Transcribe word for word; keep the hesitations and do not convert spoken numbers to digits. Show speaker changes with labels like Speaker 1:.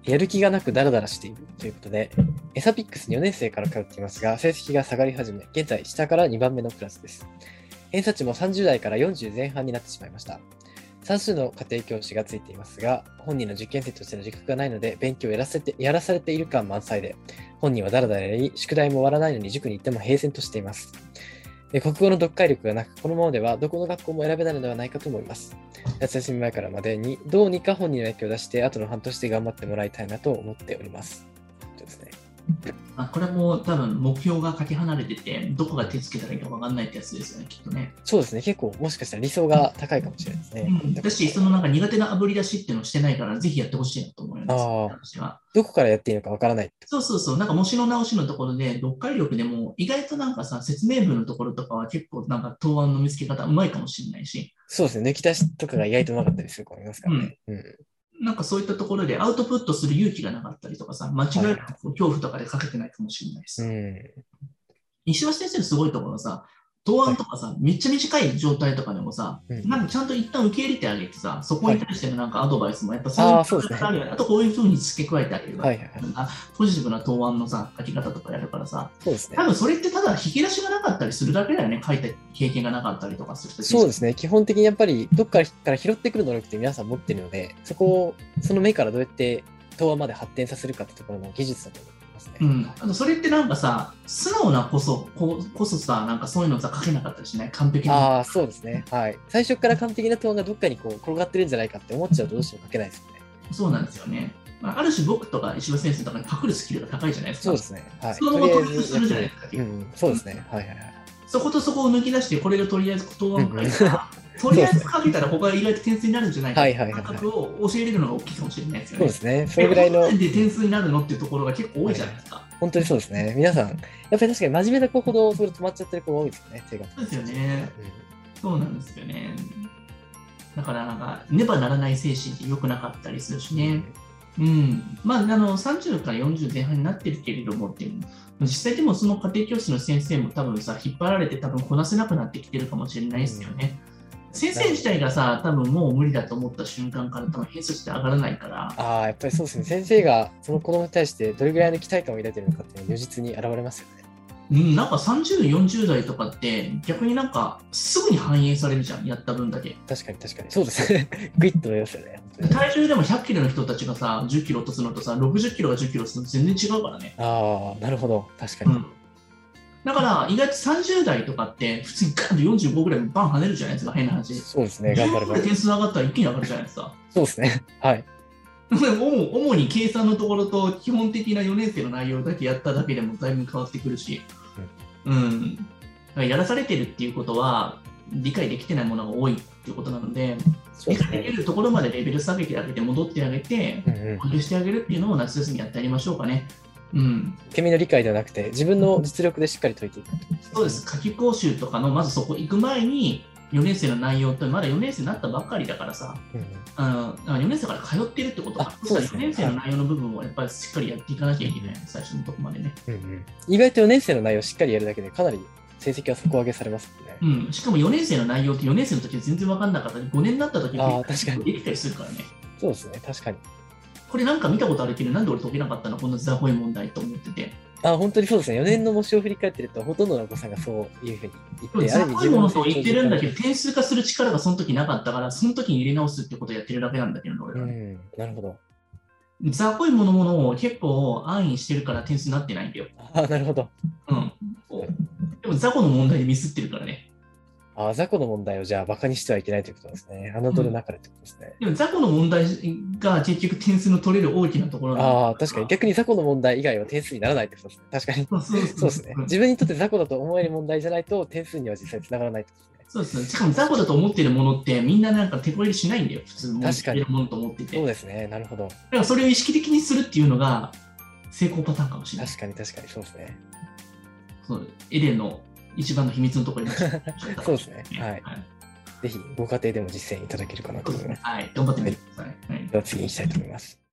Speaker 1: やる気がなくダラダラしているということで、エサピックスによねん生から通っていますが、成績が下がり始め、現在下からにばんめのクラスです。偏差値もさんじゅう代からよんじゅう前半になってしまいました。算数の家庭教師がついていますが、本人の受験生としての自覚がないので、勉強をやらせてやらされている感満載で、本人はダラダラやり、宿題も終わらないのに塾に行っても平然としています。国語の読解力がなく、このままではどこの学校も選べないのではないかと思います。夏休み前からまでにどうにか本人の影響を出して、後の半年で頑張ってもらいたいなと思っております。そうですね。
Speaker 2: あ、これも多分目標がかけ離れてて、どこが手つけたらいいか分かんないってやつですよね、きっとね。
Speaker 1: そうですね。結構もしかしたら理想が高いかもしれないですね。
Speaker 2: うん、だし、そのなんか苦手なあぶり出しっていうのをしてないから、ぜひやってほしいなと思います。
Speaker 1: 私は。どこからやっていいのか分からない。
Speaker 2: そうそうそう。なんか模試の直しのところで、読解力でも意外となんかさ、説明文のところとかは結構なんか答案の見つけ方うまいかもしれないし。
Speaker 1: そうですね。抜き出しとかが意外とうまかったりする子もいますからね。
Speaker 2: うんうんなんかそういったところでアウトプットする勇気がなかったりとかさ、間違える恐怖とかで書けてないかもしれないです。はいうん、石橋先生のすごいところさ、答案とかさ、はい、めっちゃ短い状態とかでもさ、うん、なんかちゃんと一旦受け入れてあげてさ、そこに対してのなんかアドバイスもやっぱそういう
Speaker 1: そうですね。
Speaker 2: あるよね。あとこういうふうに付け加えてあげる、はいはいはい、ポジティブな答案のさ、書き方とかやるからさ、
Speaker 1: そうですね。
Speaker 2: 多分それってただ引き出しがなかったりするだけだよね。書いた経験がなかったりとかすると。
Speaker 1: そうですね。基本的にやっぱりどっからから拾ってくる能力って皆さん持ってるので、そこを、その目からどうやって答案まで発展させるかってところの技術だと思いますね。
Speaker 2: うん。あとそれってなんかさ、素直なこそ、ここそさ、なんかそういうのさ、書けなかったりしない完璧な。
Speaker 1: ああ、そうですね。はい。最初から完璧な答案がどっかにこう転がってるんじゃないかって思っちゃうとどうしても書けないですよね。
Speaker 2: そうなんですよね。まあ、ある種僕とか石橋先生とかにパクるスキルが高いじゃないですか。
Speaker 1: そうですね。はい。
Speaker 2: そのまま統一するじゃないですか。
Speaker 1: うん、そうですね。はいはいはい。
Speaker 2: そことそこを抜き出して、これがとりあえず答案を書いたら、とりあえず書けたら他が意外と点数になるんじゃないかという感覚を教えれるのが大きいかもしれないですよね。
Speaker 1: そうですね。それぐらいの。
Speaker 2: で点数になるのっていうところが結構多いじゃないですか。はい、
Speaker 1: 本当にそうですね。皆さん、やっぱり確かに真面目な子ほどそれ止まっちゃってる子が多いですよね。手が。
Speaker 2: そうですよね、うん。そうなんですよね。だからなんか、ねばならない精神って良くなかったりするしね。うん。うん、まあ、あの、さんじゅうからよんじゅう前半になってるけれどもっていう。実際でもその家庭教師の先生も多分さ、引っ張られて多分こなせなくなってきてるかもしれないですよね。うん、先生自体がさ、多分もう無理だと思った瞬間から多分偏差値って上がらないから。
Speaker 1: ああ、やっぱりそうですね。先生がその子供に対してどれぐらいの期待感を抱いてるのかっていうのが如実に現れますよね。
Speaker 2: うん、なんかさんじゅう、よんじゅう代とかって逆になんかすぐに反映されるじゃん、やった分だけ。
Speaker 1: 確かに確かに。そうですね。グイッと思いますよね。
Speaker 2: 体重でもひゃっキロの人たちがさ、じゅっキロ落とすのとさ、ろくじゅっキロがじゅっキロ落とすの全然違うからね。
Speaker 1: ああ、なるほど。確かに。うん、
Speaker 2: だから意外とさんじゅう代とかって普通にガンとよんじゅうごぐらいバン跳ねるじゃないですか、変な話。
Speaker 1: そうですね。頑張れば。
Speaker 2: 点数上がったら一気に上がるじゃないですか。
Speaker 1: そうですね。はい。
Speaker 2: 主に計算のところと基本的なよねん生の内容だけやっただけでもだいぶ変わってくるし、うん、うん、やらされてるっていうことは理解できてないものが多いっていうことなので、理解できるところまでレベル下げてあげて戻ってあげて、補充してあげるっていうのを夏休みやってやりましょうかね。うん、
Speaker 1: 受け身の理解ではなくて自分の実力でしっかり解いていく、ね、
Speaker 2: そうです。夏期講習とかのまずそこ行く前によねん生の内容ってまだよねん生になったばっかりだからさ、うん、あのよねん生から通ってるってことか、そうですね、よねん生の内容の部分をやっぱりしっかりやっていかなきゃいけない、最初のとこまでね、
Speaker 1: うんうん。意外とよねん生の内容をしっかりやるだけでかなり成績は底上げされますね。
Speaker 2: うん、しかもよねん生の内容ってよねん生の時は全然分かんなかったり、ごねんになった時にできたりするからね。
Speaker 1: そうですね、確かに。
Speaker 2: これなんか見たことあるけど、なんで俺解けなかったのこんなザコい問題と思ってて。
Speaker 1: あ、本当にそうですね。よねんの模試を振り返ってると、ほとんどのお子さんがそういうふうに言って、
Speaker 2: ザコいものと言ってるんだけど、点数化する力がその時なかったから、その時に入れ直すってことをやってるだけなんだけど、俺は。うん、
Speaker 1: なるほど。
Speaker 2: ザコいものものを結構安易にしてるから点数になってないんだよ。
Speaker 1: あ、なるほど。
Speaker 2: うん。でもザコの問題でミスってるからね。
Speaker 1: ああ、雑魚の問題をじゃあバカにしてはいけないということですね。侮るなかれということですね。
Speaker 2: うん、でも雑魚の問題が結局点数の取れる大きなところなの。
Speaker 1: ああ、確かに逆に雑魚の問題以外は点数にならないってことですね。確かに。そうですね。自分にとって雑魚だと思える問題じゃないと点数には実際つながらないってことですね。
Speaker 2: そうですね。しかも雑魚だと思っているものってみんななんか手こ入れしないんだよ。普通の
Speaker 1: 確かに
Speaker 2: ものと思ってて。
Speaker 1: そうですね。なるほど。だ
Speaker 2: からそれを意識的にするっていうのが成功パターンかもしれない。
Speaker 1: 確かに確かにそうですね。
Speaker 2: そうエデンの一番の秘密のところに
Speaker 1: そうですね。はい。はい、ぜひご家庭でも実践いただけるかなと思います。
Speaker 2: はい。頑張ってみてください。はい、
Speaker 1: では次に行きたいと思います。